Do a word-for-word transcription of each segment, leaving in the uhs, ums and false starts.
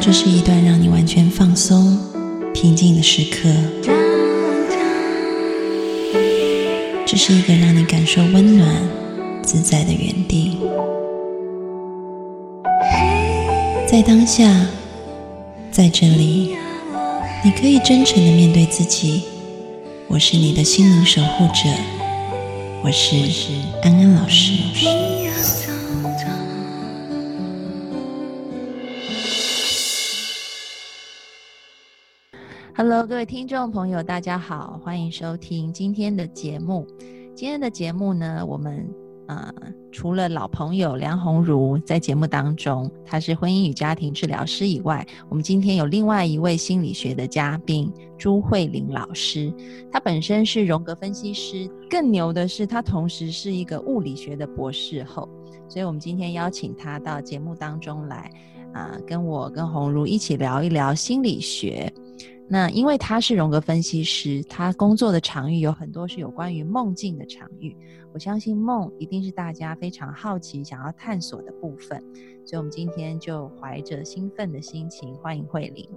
这是一段让你完全放松、平静的时刻。这是一个让你感受温暖、自在的园地。在当下，在这里，你可以真诚地面对自己。我是你的心灵守护者，我是安安老师。Hello， 各位听众朋友，大家好，欢迎收听今天的节目。今天的节目呢，我们呃除了老朋友梁鸿儒在节目当中，他是婚姻与家庭治疗师以外，我们今天有另外一位心理学的嘉宾朱慧玲老师。他本身是荣格分析师，更牛的是他同时是一个物理学的博士后，所以我们今天邀请他到节目当中来，呃、跟我跟鸿儒一起聊一聊心理学。那因为他是荣格分析师，他工作的场域有很多是有关于梦境的场域，我相信梦一定是大家非常好奇想要探索的部分，所以我们今天就怀着兴奋的心情欢迎慧玲。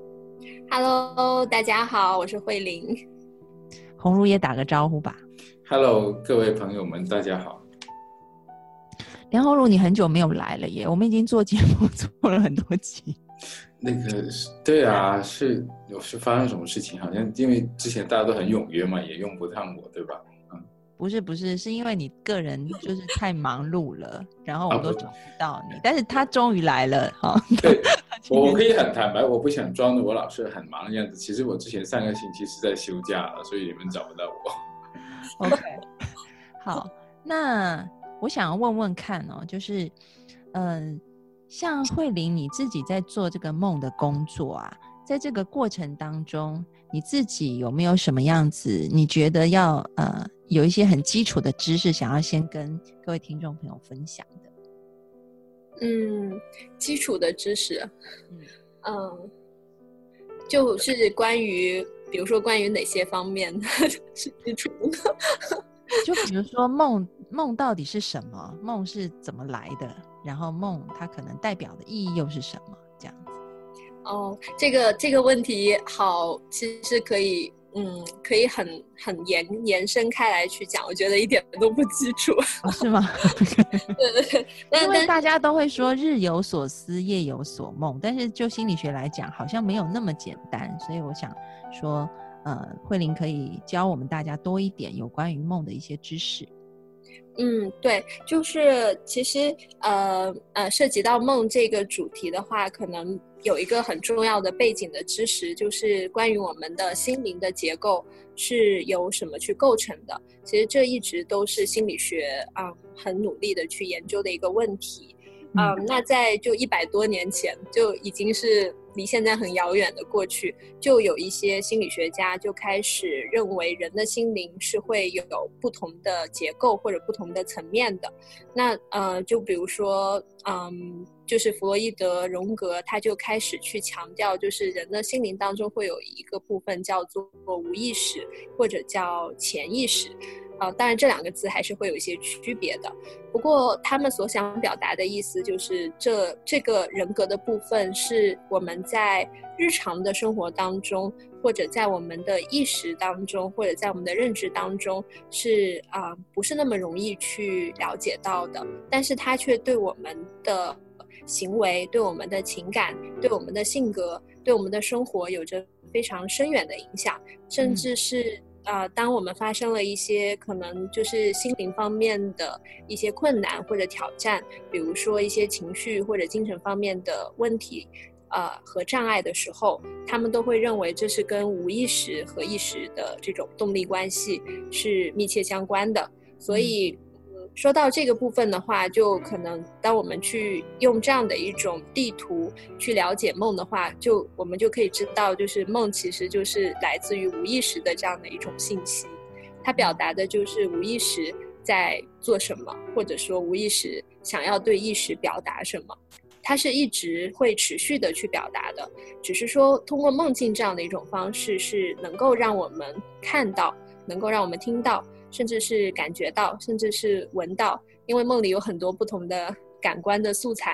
Hello， 大家好，我是慧玲。 鸿儒也打个招呼吧。 Hello， 各位朋友们大家好。 梁鸿儒，你很久没有来了耶，我们已经做节目做了很多集。 那个对啊，是有是发生什么事情？好像因为之前大家都很踊跃嘛，也用不上我，对吧？嗯， 不是不是，是因为你个人就是太忙碌了，然后我都找不到你。啊、但是他终于来了哈。哦、 对，我可以很坦白，我不想装的我老是很忙的样子。其实我之前上个星期是在休假了，所以你们找不到我。 OK， 好，那我想要问问看哦，就是嗯。呃像慧玲你自己在做这个梦的工作啊，在这个过程当中你自己有没有什么样子你觉得要呃有一些很基础的知识想要先跟各位听众朋友分享的？ 嗯，基础的知识，嗯、呃，就是关于比如说关于哪些方面是基础的？ 就比如说梦梦到底是什么，梦是怎么来的，然后梦它可能代表的意义又是什么，这样子。 哦，这个这个问题好，其实可以嗯可以很很延延伸开来去讲，我觉得一点都不基础。 哦、是吗？ 对对对， 因为大家都会说日有所思夜有所梦，但是就心理学来讲好像没有那么简单，所以我想说呃，慧玲可以教我们大家多一点有关于梦的一些知识。 嗯，对，就是其实呃呃，涉及到梦这个主题的话，可能有一个很重要的背景的知识，就是关于我们的心灵的结构是由什么去构成的。其实这一直都是心理学啊、呃、很努力的去研究的一个问题。嗯，嗯那在就一百多年前就已经是离现在很遥远的过去，就有一些心理学家就开始认为人的心灵是会有不同的结构或者不同的层面的。那呃，就比如说，嗯，就是弗洛伊德、荣格，他就开始去强调，就是人的心灵当中会有一个部分叫做无意识，或者叫潜意识。呃，当然这两个字还是会有一些区别的，不过他们所想表达的意思就是这这个人格的部分是我们在日常的生活当中，或者在我们的意识当中，或者在我们的认知当中是啊、呃、不是那么容易去了解到的，但是它却对我们的行为、对我们的情感、对我们的性格、对我们的生活有着非常深远的影响，甚至是、嗯呃，当我们发生了一些可能就是心灵方面的一些困难或者挑战，比如说一些情绪或者精神方面的问题呃和障碍的时候，他们都会认为这是跟无意识和意识的这种动力关系是密切相关的。所以说到这个部分的话，就可能当我们去用这样的一种地图去了解梦的话，就我们就可以知道，就是梦其实就是来自于无意识的这样的一种信息，它表达的就是无意识在做什么，或者说无意识想要对意识表达什么，它是一直会持续的去表达的，只是说通过梦境这样的一种方式是能够让我们看到，能够让我们听到，甚至是感觉到，甚至是闻到，因为梦里有很多不同的感官的素材嘛。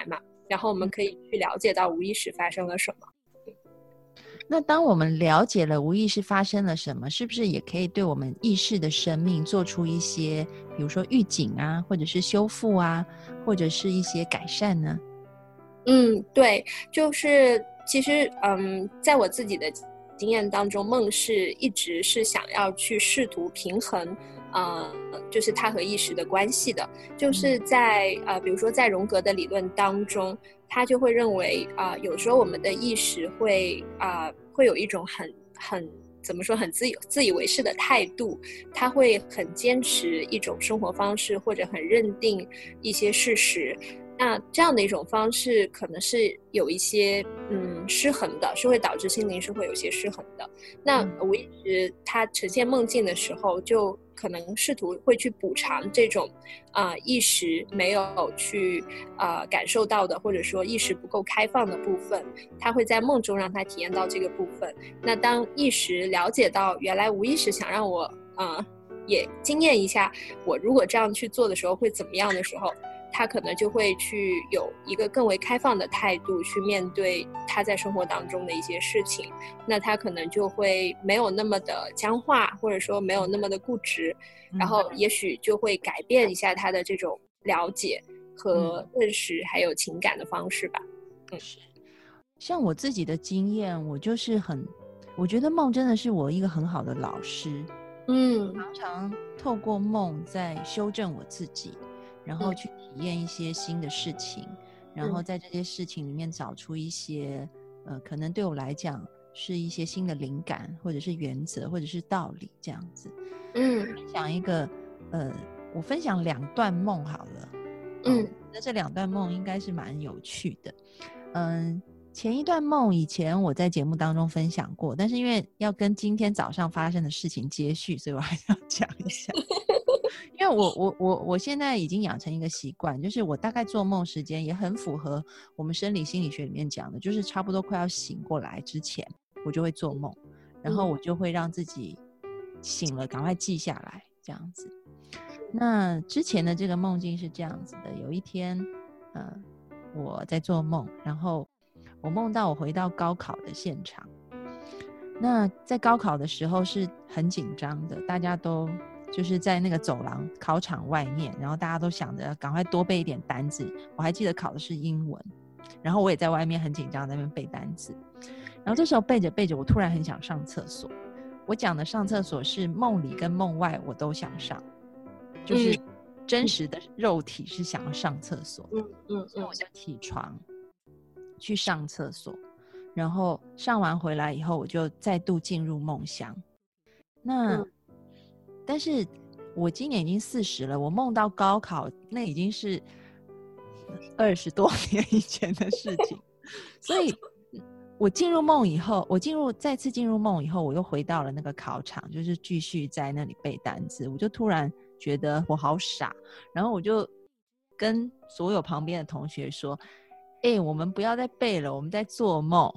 然后我们可以去了解到无意识发生了什么。 那当我们了解了无意识发生了什么，是不是也可以对我们意识的生命做出一些，比如说预警啊，或者是修复啊，或者是一些改善呢？ 嗯，对，就是其实嗯，在我自己的经验当中，梦是一直是想要去试图平衡呃，就是它和意识的关系的。就是在呃，比如说在荣格的理论当中，他就会认为啊、呃，有时候我们的意识会啊、呃，会有一种很很怎么说很自以自以为是的态度，他会很坚持一种生活方式，或者很认定一些事实。那这样的一种方式可能是有一些嗯失衡的，是会导致心灵是会有些失衡的。那无意识它呈现梦境的时候，就可能试图会去补偿这种啊、呃、意识没有去啊、呃、感受到的，或者说意识不够开放的部分，它会在梦中让他体验到这个部分。那当意识了解到原来无意识想让我啊、呃、也经验一下我如果这样去做的时候会怎么样的时候，他可能就会去有一个更为开放的态度去面对他在生活当中的一些事情。那他可能就会没有那么的僵化，或者说没有那么的固执，然后也许就会改变一下他的这种了解和认识还有情感的方式吧。嗯， 像我自己的经验，我就是很我觉得梦真的是我一个很好的老师。 嗯， 常常透过梦在修正我自己，然后去体验一些新的事情，嗯、然后在这些事情里面找出一些呃，可能对我来讲是一些新的灵感，或者是原则，或者是道理这样子。 嗯， 分享一个呃，我分享两段梦好了。 嗯， 那、哦、这两段梦应该是蛮有趣的。嗯。前一段梦以前我在节目当中分享过，但是因为要跟今天早上发生的事情接续，所以我还是要讲一下。因为我我我我现在已经养成一个习惯，就是我大概做梦时间也很符合我们生理心理学里面讲的，就是差不多快要醒过来之前，我就会做梦，然后我就会让自己醒了赶快记下来这样子。那之前的这个梦境是这样子的，有一天呃我在做梦，然后我梦到我回到高考的现场。那在高考的时候是很紧张的，大家都就是在那个走廊考场外面，然后大家都想着赶快多背一点单字。我还记得考的是英文，然后我也在外面很紧张在那边背单字。然后这时候背着背着，我突然很想上厕所。我讲的上厕所是梦里跟梦外我都想上，就是真实的肉体是想要上厕所。 嗯嗯， 所以我就起床去上厕所，然后上完回来以后，我就再度进入梦乡。那、嗯、但是我今年已经四十了，我梦到高考，那已经是二十多年以前的事情。所以我进入梦以后，我进入再次进入梦以后，我又回到了那个考场，就是继续在那里背单字。我就突然觉得我好傻，然后我就跟所有旁边的同学说，哎、欸，我们不要再背了，我们在做梦。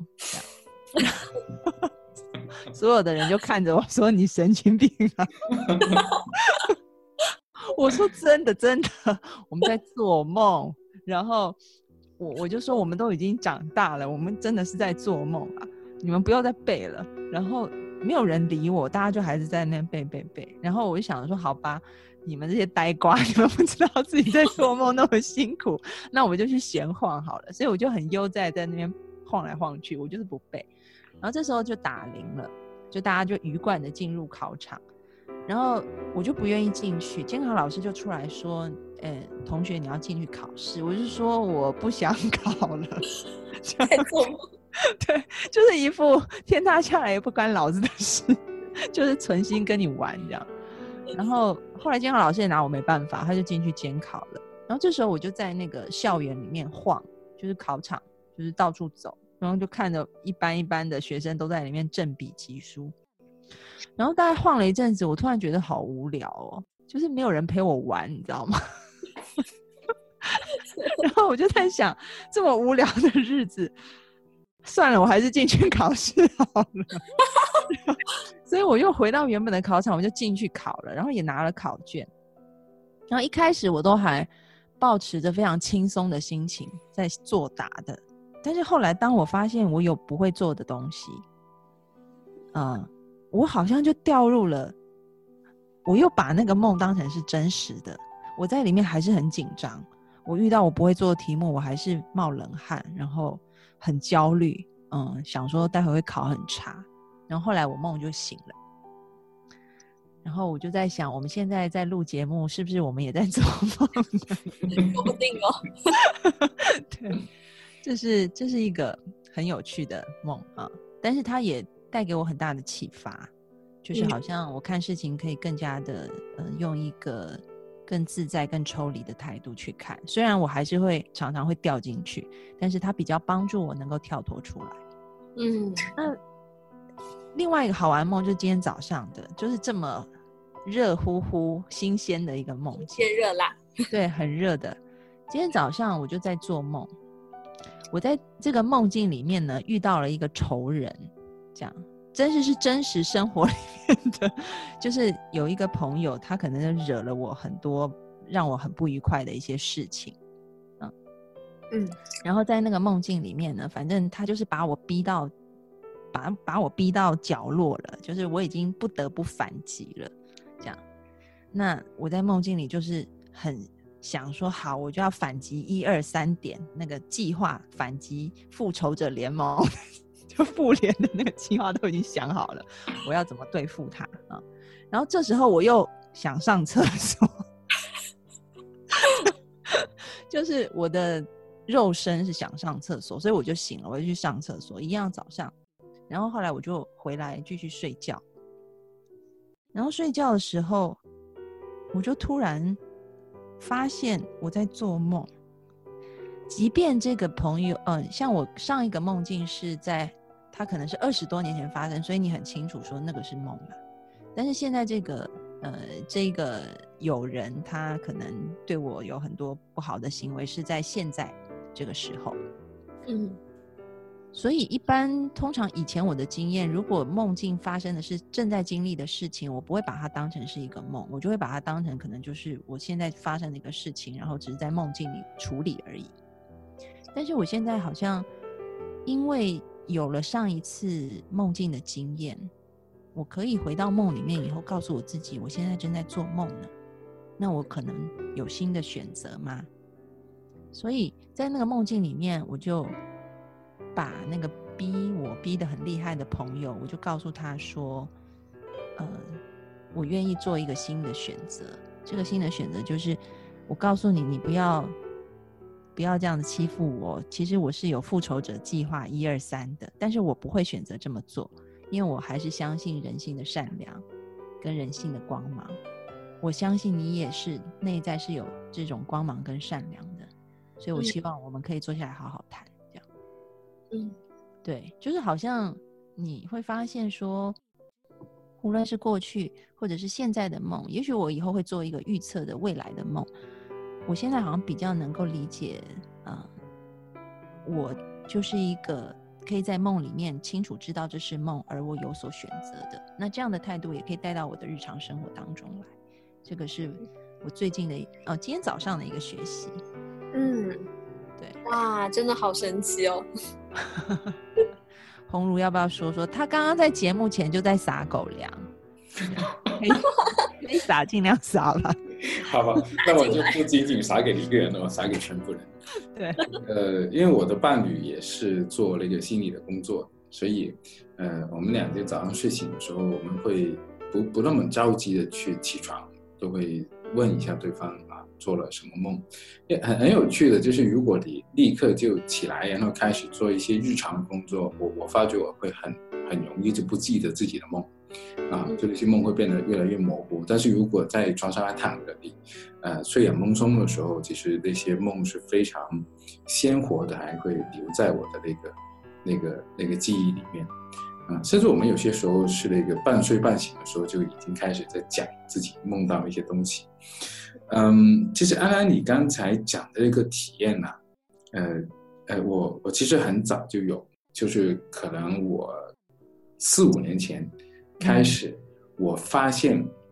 所有的人就看着我说，你神经病啊。我说真的真的，我们在做梦。然后我我就说，我们都已经长大了，我们真的是在做梦啊，你们不要再背了。然后没有人理我，大家就还是在那边背背背。然后我就想说，好吧，你们这些呆瓜，你们不知道自己在做梦那么辛苦，那我们就去闲晃好了。所以我就很悠哉在那边晃来晃去，我就是不背。然后这时候就打铃了，就大家就鱼贯的进入考场，然后我就不愿意进去，监考老师就出来说，呃，同学你要进去考试。我就说我不想考了。 在做梦。 对，就是一副天塌下来也不关老子的事，就是存心跟你玩这样。然后后来监考老师也拿我没办法，他就进去监考了。然后这时候我就在那个校园里面晃，就是考场，就是到处走，然后就看着一班一班的学生都在里面正笔疾书。然后大概晃了一阵子，我突然觉得好无聊哦，就是没有人陪我玩，你知道吗？然后我就在想，这么无聊的日子，算了，我还是进去考试好了。所以我又回到原本的考场，我就进去考了，然后也拿了考卷。然后一开始我都还抱持着非常轻松的心情在作答的。但是后来当我发现我有不会做的东西，呃，我好像就掉入了，我又把那个梦当成是真实的，我在里面还是很紧张，我遇到我不会做的题目我还是冒冷汗，然后很焦虑，嗯，想说待会会考很差。然后后来我梦就醒了，然后我就在想，我们现在在录节目，是不是我们也在做梦呢？ 说不定哦。 对，这是这是一个很有趣的梦啊，但是它也带给我很大的启发，就是好像我看事情可以更加的，呃，用一个更自在、更抽离的态度去看。虽然我还是会常常会掉进去，但是它比较帮助我能够跳脱出来。 嗯， 那另外一个好玩梦就是今天早上的，就是这么热乎乎、新鲜的一个梦境， 天热辣， 对，很热的。今天早上我就在做梦，我在这个梦境里面呢遇到了一个仇人，这样真是是真实生活里面的，就是有一个朋友，他可能惹了我很多让我很不愉快的一些事情，嗯嗯， 然后在那个梦境里面呢，反正他就是把我逼到。把, 把我逼到角落了，就是我已经不得不反击了，这样。那我在梦境里就是很想说，好，我就要反击一二三点那个计划，反击复仇者联盟，就复联的那个计划都已经想好了，我要怎么对付他啊？然后这时候我又想上厕所，就是我的肉身是想上厕所，所以我就醒了，我就去上厕所，一样早上。然后后来我就回来继续睡觉，然后睡觉的时候我就突然发现我在做梦，即便这个朋友嗯，像我上一个梦境是在他可能是二十多年前发生，所以你很清楚说那个是梦嘛。但是现在这个呃这个友人他可能对我有很多不好的行为是在现在这个时候， 嗯。 所以一般通常以前我的经验，如果梦境发生的是正在经历的事情，我不会把它当成是一个梦，我就会把它当成可能就是我现在发生的一个事情，然后只是在梦境里处理而已。但是我现在好像因为有了上一次梦境的经验，我可以回到梦里面以后告诉我自己，我现在正在做梦呢，那我可能有新的选择吗？所以在那个梦境里面，我就把那个逼我逼得很厉害的朋友，我就告诉他说，呃，我愿意做一个新的选择。这个新的选择就是，我告诉你，你不要不要这样子欺负我。其实我是有复仇者计划一二三的，但是我不会选择这么做，因为我还是相信人性的善良跟人性的光芒。我相信你也是内在是有这种光芒跟善良的，所以我希望我们可以坐下来好好谈。 嗯， 对，就是好像你会发现说，无论是过去或者是现在的梦，也许我以后会做一个预测的未来的梦，我现在好像比较能够理解，呃，我就是一个可以在梦里面清楚知道这是梦，而我有所选择的。那这样的态度也可以带到我的日常生活当中来。这个是我最近的，呃，今天早上的一个学习。 嗯。 对， 哇，真的好神奇哦！ 鸿儒要不要说说？他刚刚在节目前就在撒狗粮，可以可以撒尽量撒吧。 好吧，那我就不仅仅撒给一个人了，我撒给全部人。 对， 呃，因为我的伴侣也是做那个心理的工作，所以呃，我们俩就早上睡醒的时候，我们会不不那么着急的去起床，都会问一下对方啊做了什么梦。也很很有趣的就是，如果你立刻就起来，然后开始做一些日常的工作，我我发觉我会很很容易就不记得自己的梦，啊，这些梦会变得越来越模糊。但是如果在床上还躺着，你呃睡眼惺忪的时候，其实那些梦是非常鲜活的，还会留在我的那个那个那个记忆里面。啊，甚至我们有些时候是那个半睡半醒的时候，就已经开始在讲自己梦到一些东西。嗯，其实安安你刚才讲的那个体验呢、啊，呃呃，我我其实很早就有，就是可能我四五年前开始，我发现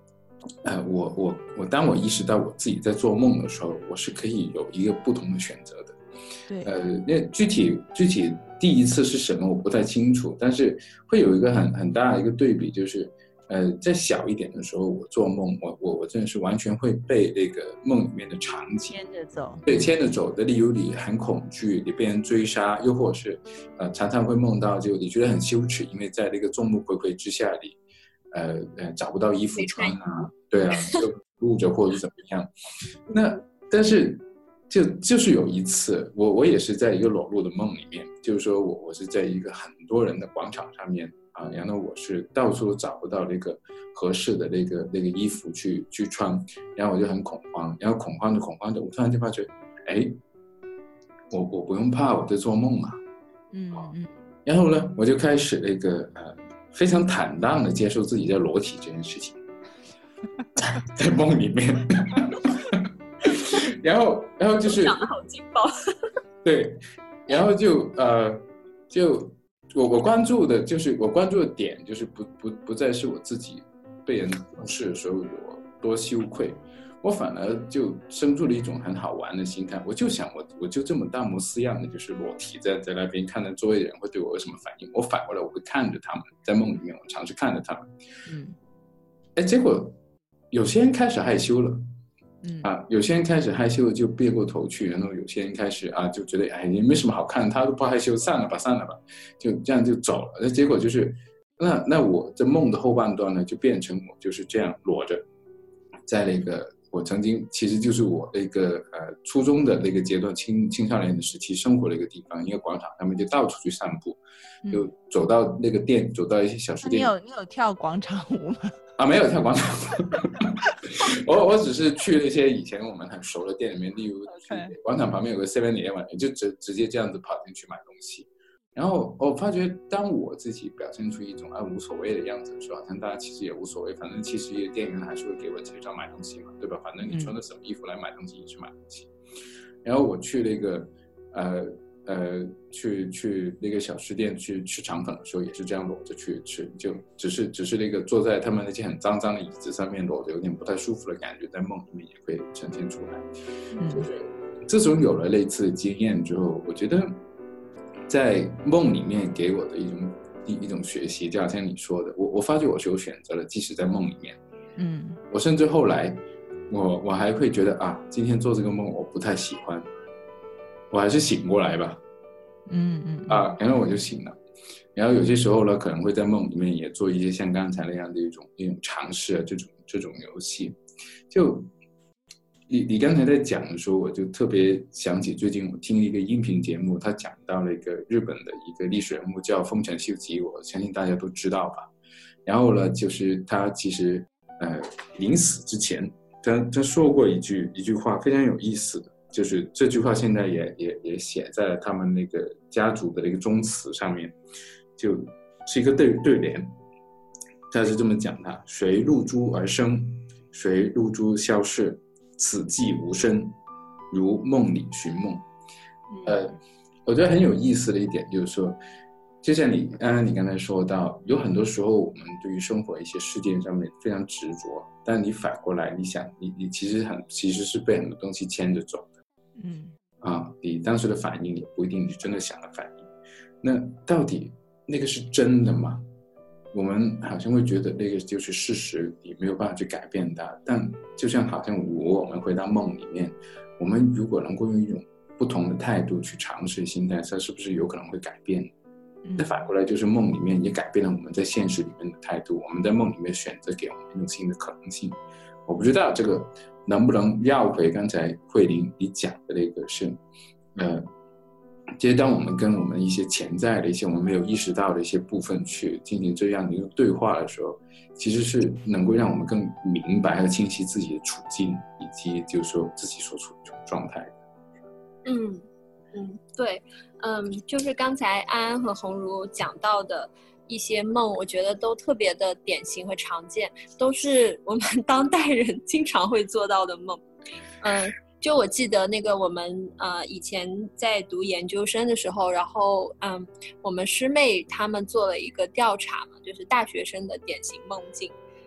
呃，我我我当我意识到我自己在做梦的时候，我是可以有一个不同的选择的。 对， 呃，那具体具体第一次是什么我不太清楚，但是会有一个很很大的一个对比，就是呃，在小一点的时候，我做梦，我我我真的是完全会被那个梦里面的场景牵着走， 对，牵着走的，例如你很恐惧，你被人追杀，又或者是呃常常会梦到就你觉得很羞耻，因为在那个众目睽睽之下，你呃呃找不到衣服穿啊，对啊，就露着或者怎么样。那但是就就是有一次，我我也是在一个裸露的梦里面，就是说我我是在一个很多人的广场上面啊，然后我是到处都找不到那个合适的那个那个衣服去去穿，然后我就很恐慌，然后恐慌着恐慌着，我突然就发觉，哎，我我不用怕，我在做梦嘛， 嗯嗯， 然后呢，我就开始那个呃非常坦荡的接受自己在裸体这件事情，在梦里面。然后，然后就是讲得好劲爆， 对，然后就呃，就我我关注的就是我关注的点就是不不不再是我自己被人重视的时候有多羞愧，我反而就生出了一种很好玩的心态，我就想我我就这么大模斯样的就是裸体在在那边看着周围的人会对我有什么反应，我反过来我会看着他们，在梦里面我尝试看着他们，嗯，哎，结果有些人开始害羞了。嗯啊，有些人开始害羞就别过头去，然后有些人开始啊就觉得哎也没什么好看，他都不害羞，散了吧散了吧，就这样就走了。那结果就是，那那我这梦的后半段呢，就变成我就是这样裸着，在那个我曾经其实就是我那个呃初中的那个阶段青青少年的时期生活的一个地方，一个广场上面就到处去散步，就走到那个店，走到一些小吃店。 你有你有跳广场舞吗？ 啊，没有跳广场舞，我我只是去那些以前我们很熟的店里面，例如广场旁边有个 seven eleven， 就直直接这样子跑进去买东西。然后我发觉，当我自己表现出一种啊无所谓的样子的时候，好像大家其实也无所谓，反正其实店员还是会给我结账买东西嘛，对吧？反正你穿的什么衣服来买东西，你去买东西。然后我去那个呃。呃，去去那个小吃店去吃肠粉的时候，也是这样裸着去吃，就只是只是那个坐在他们那些很脏脏的椅子上面裸着，有点不太舒服的感觉，在梦里面也会呈现出来。嗯，就是自从有了类似的经验之后，我觉得在梦里面给我的一种一一种学习，就好像你说的，我我发觉我是有选择的，即使在梦里面，嗯，我甚至后来，我我还会觉得啊，今天做这个梦我不太喜欢。我还是醒过来吧，嗯嗯啊，然后我就醒了，然后有些时候呢，可能会在梦里面也做一些像刚才那样的一种一种尝试啊，这种这种游戏。就你你刚才在讲的时候，我就特别想起最近我听一个音频节目，他讲到了一个日本的一个历史人物叫丰臣秀吉，我相信大家都知道吧。然后呢，就是他其实呃临死之前，他他说过一句一句话非常有意思的。就是这句话现在也也也写在了他们那个家族的那个宗祠上面，就是一个对对联，他是这么讲的：谁入珠而生，谁入珠消逝，此即无生，如梦里寻梦。呃，我觉得很有意思的一点就是说，就像你刚刚你刚才说到，有很多时候我们对于生活一些事件上面非常执着，但你反过来，你想，你你其实很其实是被很多东西牵着走的。嗯啊，你当时的反应也不一定是真的想的反应，那到底那个是真的吗？我们好像会觉得那个就是事实，你没有办法去改变它。但就像好像如果我们回到梦里面，我们如果能够用一种不同的态度去尝试心态，它是不是有可能会改变？那反过来就是梦里面也改变了我们在现实里面的态度，我们在梦里面选择给我们一种新的可能性。我不知道这个能不能绕回刚才慧玲你讲的那个是，呃，其实当我们跟我们一些潜在的一些我们没有意识到的一些部分去进行这样的一个对话的时候，其实是能够让我们更明白和清晰自己的处境，以及就是说自己所处的状态。 嗯嗯，对，嗯，就是刚才安安和鸿儒讲到的一些梦，我觉得都特别的典型和常见，都是我们当代人经常会做到的梦。嗯，就我记得那个我们呃以前在读研究生的时候，然后嗯我们师妹她们做了一个调查嘛，就是大学生的典型梦境。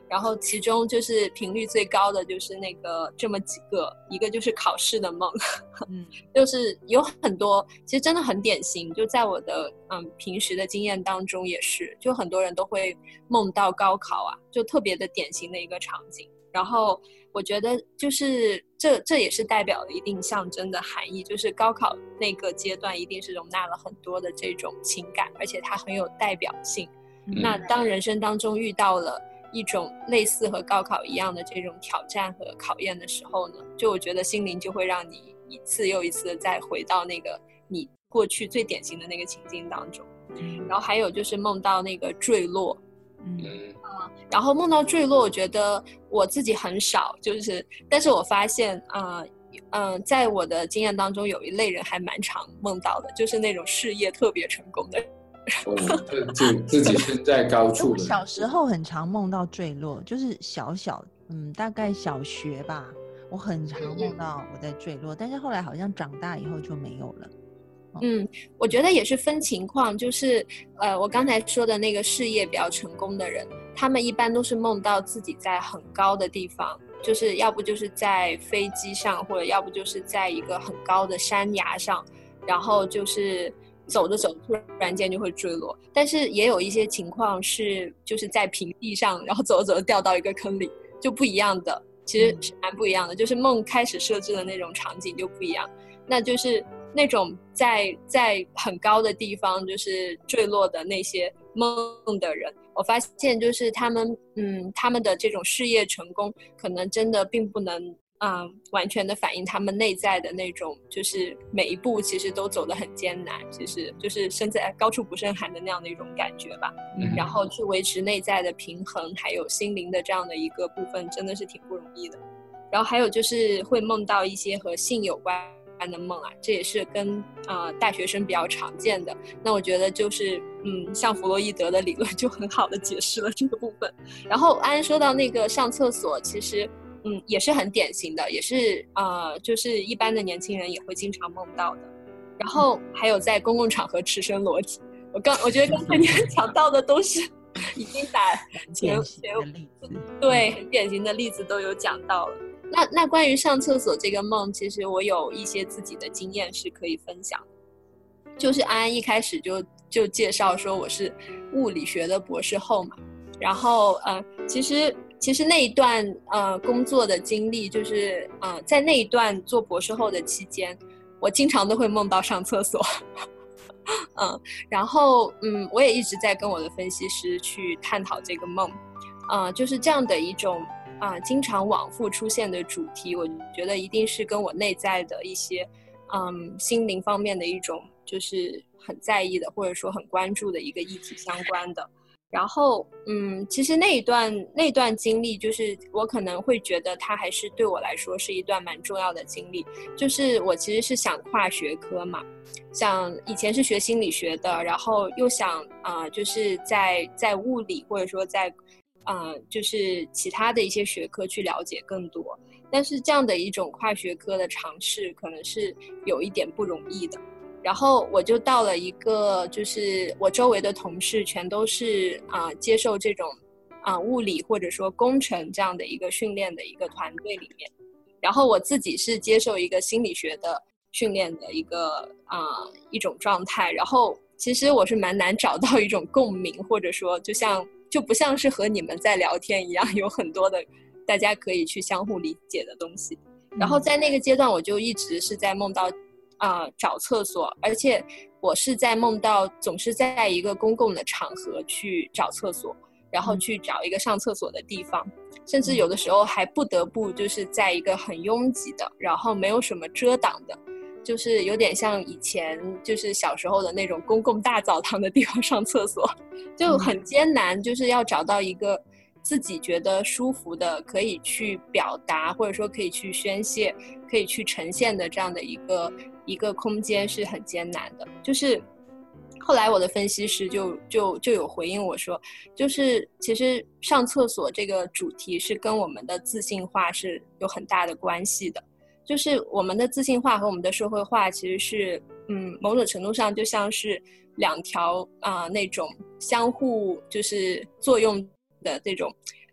然后其中就是频率最高的就是那个这么几个，一个就是考试的梦，嗯，就是有很多，其实真的很典型，就在我的嗯平时的经验当中也是，就很多人都会梦到高考啊，就特别的典型的一个场景。然后我觉得就是这这也是代表了一定象征的含义，就是高考那个阶段一定是容纳了很多的这种情感，而且它很有代表性。嗯、那当人生当中遇到了一种类似和高考一样的这种挑战和考验的时候呢，就我觉得心灵就会让你一次又一次的再回到那个你过去最典型的那个情境当中。然后还有就是梦到那个坠落，嗯、呃，然后梦到坠落，我觉得我自己很少，就是但是我发现啊，嗯、呃，在我的经验当中有一类人还蛮常梦到的，就是那种事业特别成功的人。 哦，就自己身在高处的。 小时候很常梦到坠落，就是小小，嗯，大概小学吧，我很常梦到我在坠落，嗯、但是后来好像长大以后就没有了。 哦、嗯，我觉得也是分情况，就是呃，我刚才说的那个事业比较成功的人，他们一般都是梦到自己在很高的地方，就是要不就是在飞机上，或者要不就是在一个很高的山崖上，然后就是走着走突然间就会坠落。但是也有一些情况是就是在平地上，然后走着走着掉到一个坑里，就不一样的，其实是蛮不一样的，就是梦开始设置的那种场景就不一样。那就是那种在在很高的地方就是坠落的那些梦的人，我发现就是他们嗯他们的这种事业成功可能真的并不能嗯完全的反映他们内在的那种，就是每一步其实都走得很艰难，其实就是身在高处不胜寒的那样的一种感觉吧。嗯，然后去维持内在的平衡还有心灵的这样的一个部分真的是挺不容易的。然后还有就是会梦到一些和性有关的梦啊，这也是跟呃大学生比较常见的。那我觉得就是嗯，像弗洛伊德的理论就很好的解释了这个部分。然后安安说到那个上厕所，其实嗯也是很典型的，也是呃就是一般的年轻人也会经常梦到的。然后还有在公共场合赤身裸体，我刚我觉得刚才你们讲到的都是已经打前前对很典型的例子都有讲到了。那那关于上厕所这个梦，其实我有一些自己的经验是可以分享的。就是安安一开始就就介绍说我是物理学的博士后嘛，然后呃其实其实那一段呃工作的经历，就是呃在那一段做博士后的期间，我经常都会梦到上厕所。嗯，然后嗯我也一直在跟我的分析师去探讨这个梦，呃就是这样的一种啊、呃，经常往复出现的主题，我觉得一定是跟我内在的一些，嗯，心灵方面的一种，就是很在意的，或者说很关注的一个议题相关的。然后，嗯，其实那一段那段经历，就是我可能会觉得它还是对我来说是一段蛮重要的经历。就是我其实是想跨学科嘛，像以前是学心理学的，然后又想啊、呃，就是在在物理或者说在呃，就是其他的一些学科去了解更多，但是这样的一种跨学科的尝试可能是有一点不容易的。然后我就到了一个，就是我周围的同事全都是啊、呃、接受这种啊、呃、物理或者说工程这样的一个训练的一个团队里面，然后我自己是接受一个心理学的训练的一个啊、呃、一种状态。然后其实我是蛮难找到一种共鸣，或者说就像就不像是和你们在聊天一样，有很多的大家可以去相互理解的东西。然后在那个阶段，我就一直是在梦到啊、呃、找厕所，而且我是在梦到总是在一个公共的场合去找厕所，然后去找一个上厕所的地方，甚至有的时候还不得不就是在一个很拥挤的，然后没有什么遮挡的，就是有点像以前就是小时候的那种公共大澡堂的地方上厕所，就很艰难，就是要找到一个自己觉得舒服的，可以去表达或者说可以去宣泄可以去呈现的这样的一个一个空间是很艰难的。就是后来我的分析师就就就有回应我说，就是其实上厕所这个主题是跟我们的自信化是有很大的关系的，就是我们的自信化和我们的社会化其实是嗯某种程度上就像是两条啊、呃、那种相互就是作用的这种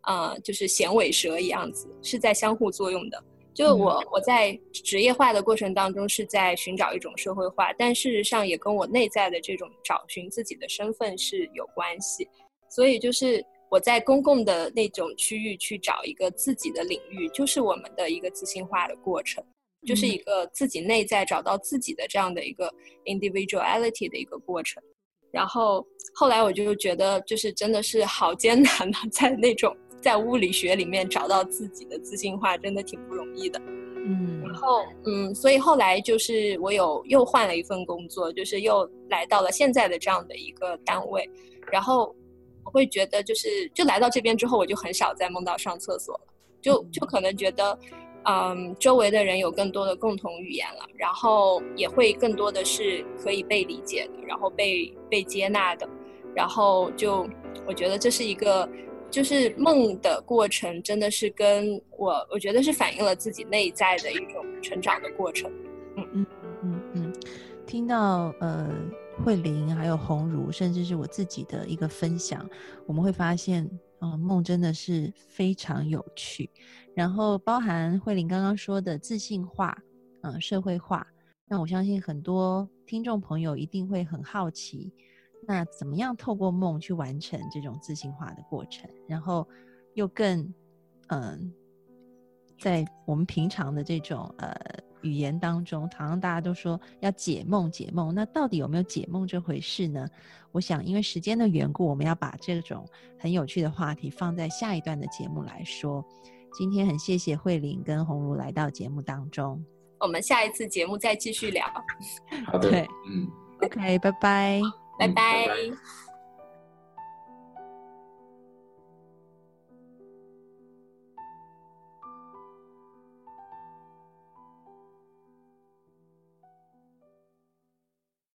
呃，就是衔尾蛇一样子，是在相互作用的。就我、嗯、我在职业化的过程当中是在寻找一种社会化，但事实上也跟我内在的这种找寻自己的身份是有关系。所以就是我在公共的那种区域去找一个自己的领域，就是我们的一个自信化的过程，就是一个自己内在找到自己的这样的一个 individuality 的一个过程。然后后来我就觉得就是真的是好艰难啊，在那种在物理学里面找到自己的自信化真的挺不容易的。嗯，然后嗯，所以后来就是我有又换了一份工作，就是又来到了现在的这样的一个单位。然后我会觉得就是就来到这边之后，我就很少再梦到上厕所了，就就可能觉得嗯，周围的人有更多的共同语言了，然后也会更多的是可以被理解的，然后被被接纳的。然后就我觉得这是一个就是梦的过程，真的是跟我我觉得是反映了自己内在的一种成长的过程。嗯嗯嗯嗯，听到呃慧玲还有鸿儒，甚至是我自己的一个分享，我们会发现嗯、呃，梦真的是非常有趣。然后包含慧玲刚刚说的自信化、嗯、呃、社会化，那我相信很多听众朋友一定会很好奇，那怎么样透过梦去完成这种自信化的过程，然后又更嗯、呃，在我们平常的这种呃语言当中，好像大家都说要解梦解梦，那到底有没有解梦这回事呢？我想因为时间的缘故，我们要把这种很有趣的话题放在下一段的节目来说。今天很谢谢慧玲跟鸿儒来到节目当中， 我们下一次节目再继续聊。 好的， 对，嗯 ，OK， 拜拜， 拜拜。 嗯，拜拜。